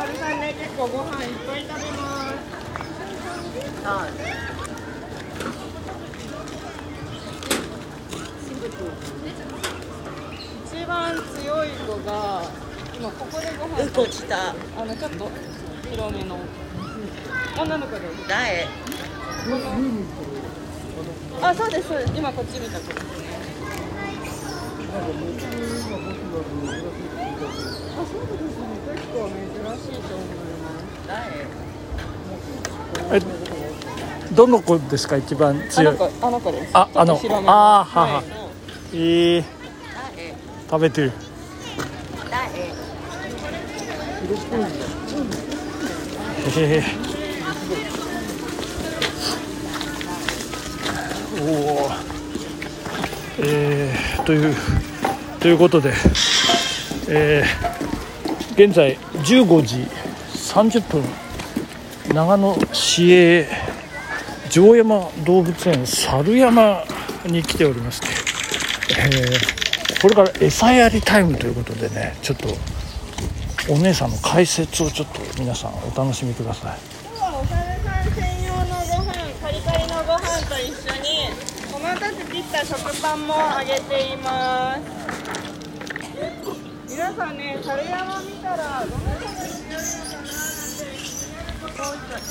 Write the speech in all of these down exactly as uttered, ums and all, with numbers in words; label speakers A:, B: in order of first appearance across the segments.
A: 春さんね、結構ご飯いっぱい食べます。はい。一番強い子が今ここでご飯
B: うんこした。
A: あのちょっと広めの女の子です。
B: 誰？
A: あ、そうですそうです。今こっち見た子ですね。あ、そうですね。結構珍しいと思います。
B: 誰？
C: え、どの子ですか一番強い？
A: あの子、あの子です。
C: あ、あの、
A: ちょっと白めの
C: あーはは、
A: はい、
C: えー、
B: 誰？
C: 食べてる。
B: 誰？
C: へへ。おお、えー、というということで、えー、現在じゅうごじさんじゅっぷん、長野市営城山動物園猿山に来ておりまして、えー、これから餌やりタイムということでね、ちょっとお姉さんの解説をちょっと皆さんお楽しみください。
A: 今日はお猿さん専用のご飯、カリカリのご飯と一緒に細かく切った食パンもあげています。皆さんね、猿山見たらどの子が強いのかななんて気になること多いと思います。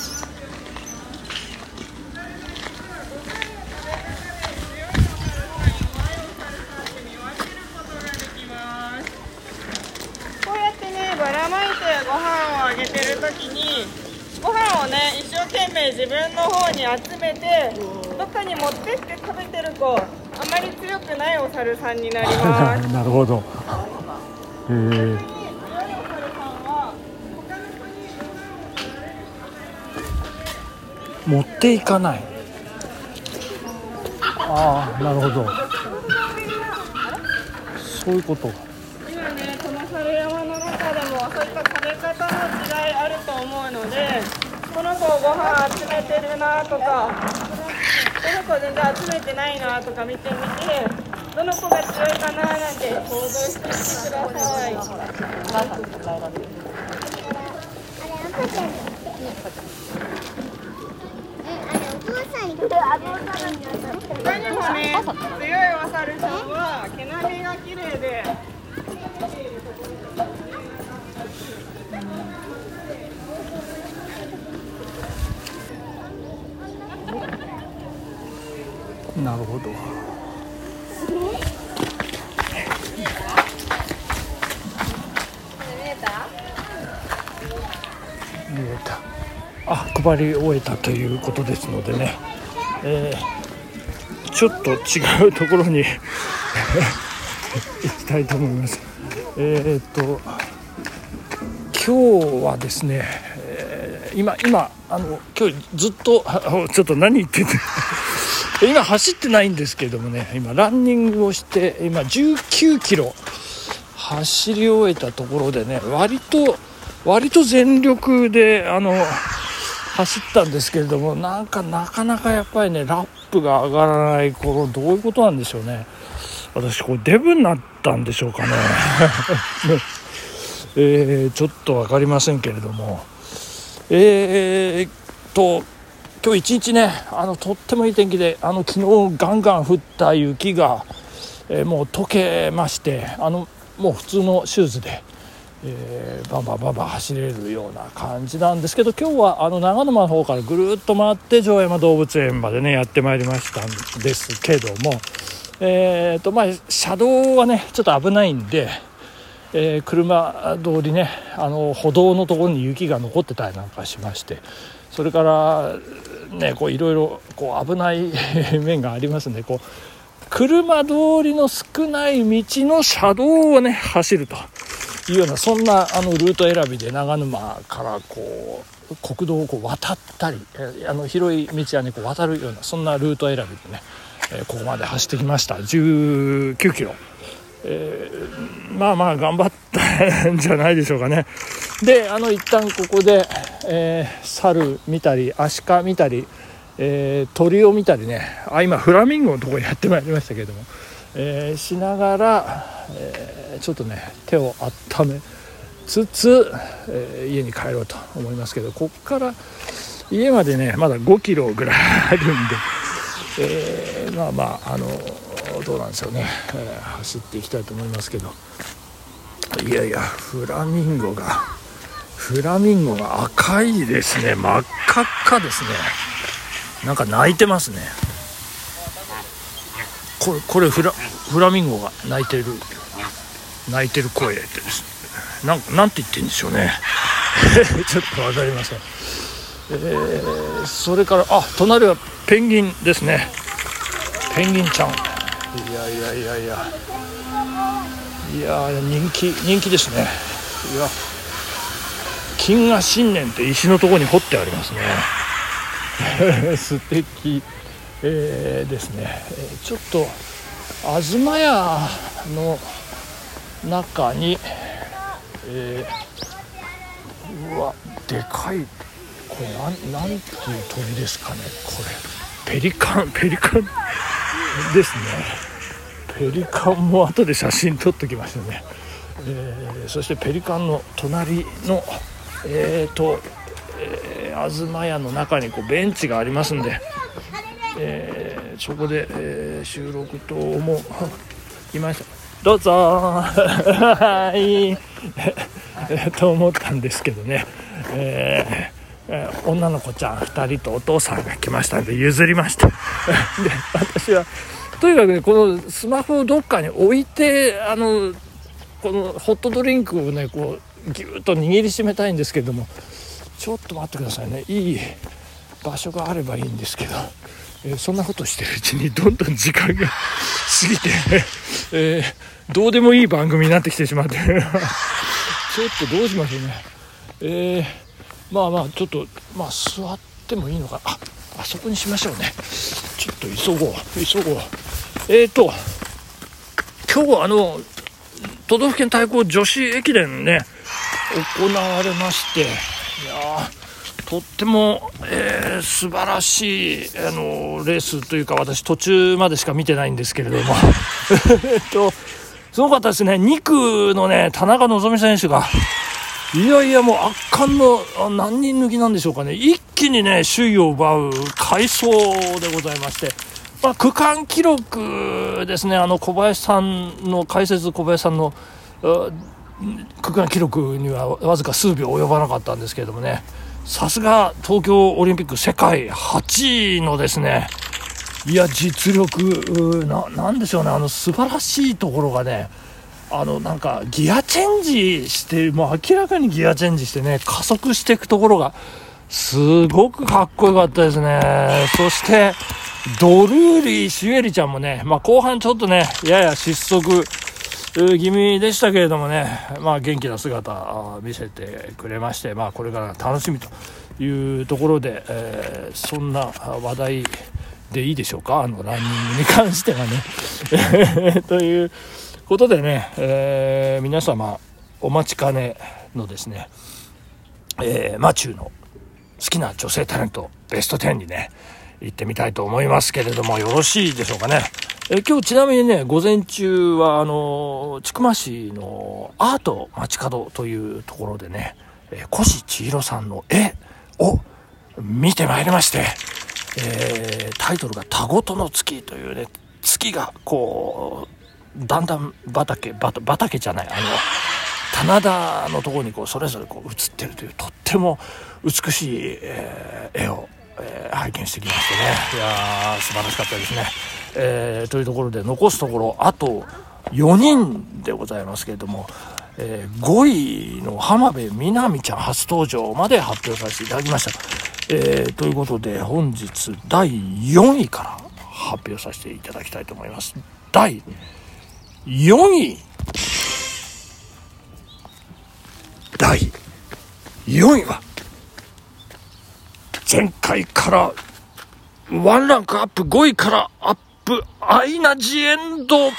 A: こうやってね、ばらまいてご飯をあげてるときにご飯をね、一生懸命自分の方に集めてどっかに持ってって食べてる子、あまり強くないお猿さんになります。
C: なるほど。えー、
A: 強いお猿さんは他の子にご飯を取られる
C: 持っていかない。ああ、なるほど。そういうこと。
A: 今ね、この猿山の中でもそういった食べ方の違いあると思うので、この子ご飯集めてるなとか、この子全然集めてないなとか見てみて、どの子が強いかななんて想像してみてください。他にもね、強いお猿さんは毛並みが綺麗で
C: なるほど。見えた。あ、配り終えたということですのでね、えー、ちょっと違うところに行きたいと思います。えー、っと今日はですね、えー、今今あの今日ずっとちょっと何言ってんの今走ってないんですけれどもね、今ランニングをして今じゅうきゅうキロ走り終えたところでね、割と割と全力であの走ったんですけれども、なんかなかなかやっぱりねラップが上がらない。これどういうことなんでしょうね。私これデブになったんでしょうかねね、えー、ちょっと分かりませんけれども、えー、っと今日一日ね、あのとってもいい天気で、あの昨日ガンガン降った雪が、えー、もう溶けまして、あのもう普通のシューズで、えー、バンバンバンバン走れるような感じなんですけど、今日はあの長沼の方からぐるっと回って城山動物園までねやってまいりましたんですけども、えーとまあ、車道はねちょっと危ないんで、えー、車通りね、あの歩道のところに雪が残ってたりなんかしまして、それからねこういろいろこう危ない面がありますんで、こう車通りの少ない道の車道をね走るというような、そんなあのルート選びで長沼からこう国道をこう渡ったり、あの広い道はねこう渡るような、そんなルート選びでね、えー、ここまで走ってきました。じゅうきゅうキロ、えー、まあまあ頑張ったんじゃないでしょうかね。で、あの一旦ここで、えー、猿見たりアシカ見たり、えー、鳥を見たりね、あ今フラミンゴのところにやってまいりましたけれども、えー、しながら、えー、ちょっとね手を温めつつ、えー、家に帰ろうと思いますけど、ここから家までねまだごキロぐらいあるんで、えー、まあまああのどうなんでしょうね、えー、走っていきたいと思いますけど、いやいやフラミンゴがフラミンゴが赤いですね。真っ赤っかですね。なんか鳴いてますね。これこれフラフラミンゴが鳴いてる鳴いてる声ってですね、なんかなんて言ってるんでしょうねちょっとわかりません。えー、それからあ隣はペンギンですね。ペンギンちゃん、いやいやいやいやいや人気人気ですね。いや金河新年って石のところに彫ってありますね素敵、えー、ですね。ちょっと東屋の中に、えー、うわでかい、これなんなんていう鳥ですかね。これペリカンペリカンですね。ペリカンも後で写真撮っときましたね。えー、そしてペリカンの隣のえーと、えー、東屋の中にこうベンチがありますんで、えー、そこで、えー、収録と思ういましたどうぞはいと思ったんですけどね、えーえー、女の子ちゃんふたりとお父さんが来ましたんで譲りましたで私はとにかくねこのスマホをどっかに置いてあのこのホットドリンクをねこうギュッと握りしめたいんですけども、ちょっと待ってくださいね。いい場所があればいいんですけど、えー、そんなことしてるうちにどんどん時間が過ぎて、えー、どうでもいい番組になってきてしまってちょっとどうしましょうね。えー、まあまあちょっとまあ座ってもいいのか、ああそこにしましょうね。ちょっと急ごう急ごうえーと今日あの都道府県対抗女子駅伝ね行われまして、いやとっても、えー、素晴らしいあのレースというか、私途中までしか見てないんですけれどもえっとすごかったですね。にくのね田中希実選手がいやいやもう圧巻の何人抜きなんでしょうかね、一気にね首位を奪う快走でございまして、まあ、区間記録ですね。あの小林さんの解説小林さんの区間記録にはわずか数秒及ばなかったんですけれどもね、さすが東京オリンピック世界はちいのですね、いや実力 な, なんでしょうね、あの素晴らしいところがね、あのなんかギアチェンジしてもう明らかにギアチェンジしてね加速していくところがすごくかっこよかったですね。そしてドルーリーシュエリちゃんもね、まあ、後半ちょっとねやや失速気味でしたけれどもね、まあ、元気な姿見せてくれまして、まあ、これから楽しみというところで、えー、そんな話題でいいでしょうか、あのランニングに関してはねということでね、えー、皆様お待ちかねのですね、えー、マチューの好きな女性タレントベストじゅうにね行ってみたいと思いますけれども、よろしいでしょうかね。え今日ちなみにね午前中はあの千曲市のアート街角というところでね、え越千尋さんの絵を見てまいりまして、えー、タイトルがタゴトの月というね、月がこうだんだん畑畑じゃないあの棚田のところにこうそれぞれこう映ってるというとっても美しい、えー、絵をえー、拝見してきましてね、いやー素晴らしかったですね、えー、というところで残すところあとよにんでございますけれども、えー、ごいの浜辺美波ちゃん初登場まで発表させていただきました、えー、ということで本日だいよんいから発表させていただきたいと思います。だいよんいだいよんいは前回からワンランクアップごいからアップアイナ・ジ・エンド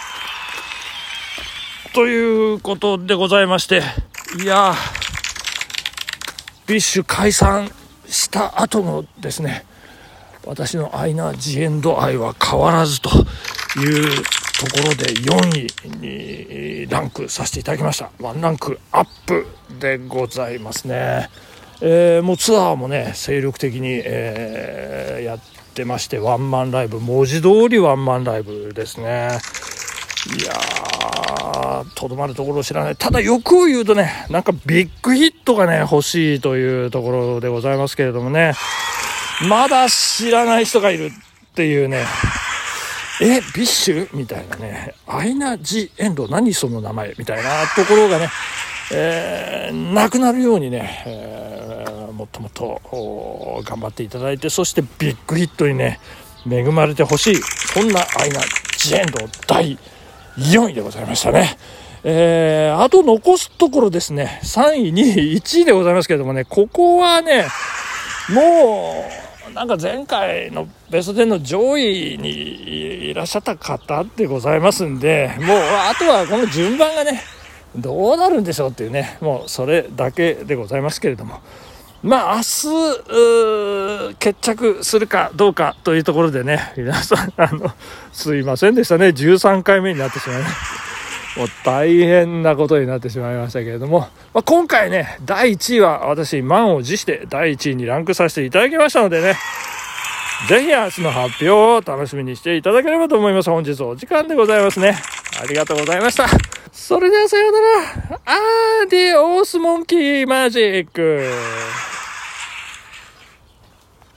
C: ということでございまして、いやビッシュ解散した後のですね私のアイナ・ジ・エンド愛は変わらずというところでよんいにランクさせていただきました。ワンランクアップでございますね。えー、もうツアーもね精力的に、えー、やってまして、ワンマンライブ、文字通りワンマンライブですね。いやー、とどまるところを知らない。ただ欲を言うとね、なんかビッグヒットがね欲しいというところでございますけれどもね、まだ知らない人がいるっていうね、えビッシュみたいなね、アイナ・ジ・エンド何その名前みたいなところがね、えー、なくなるようにね、えー、もっともっと頑張っていただいて、そしてビッグヒットにね恵まれてほしい、そんなアイナ・ジ・エンドだいよんいでございましたね。えー、あと残すところですね、さんいにいいちいでございますけれどもね、ここはねもうなんか前回のベストテンの上位にいらっしゃった方でございますんで、もうあとはこの順番がねどうなるんでしょうっていうね、もうそれだけでございますけれども、まあ明日決着するかどうかというところでね、皆さんあのすいませんでしたね、じゅうさんかいめになってしまいました。もう大変なことになってしまいましたけれども、まあ、今回ねだいいちいは私満を持してだいいちいにランクさせていただきましたのでね、ぜひ明日の発表を楽しみにしていただければと思います。本日お時間でございますね。ありがとうございました。それではさようなら。アーディオースモンキーマジック。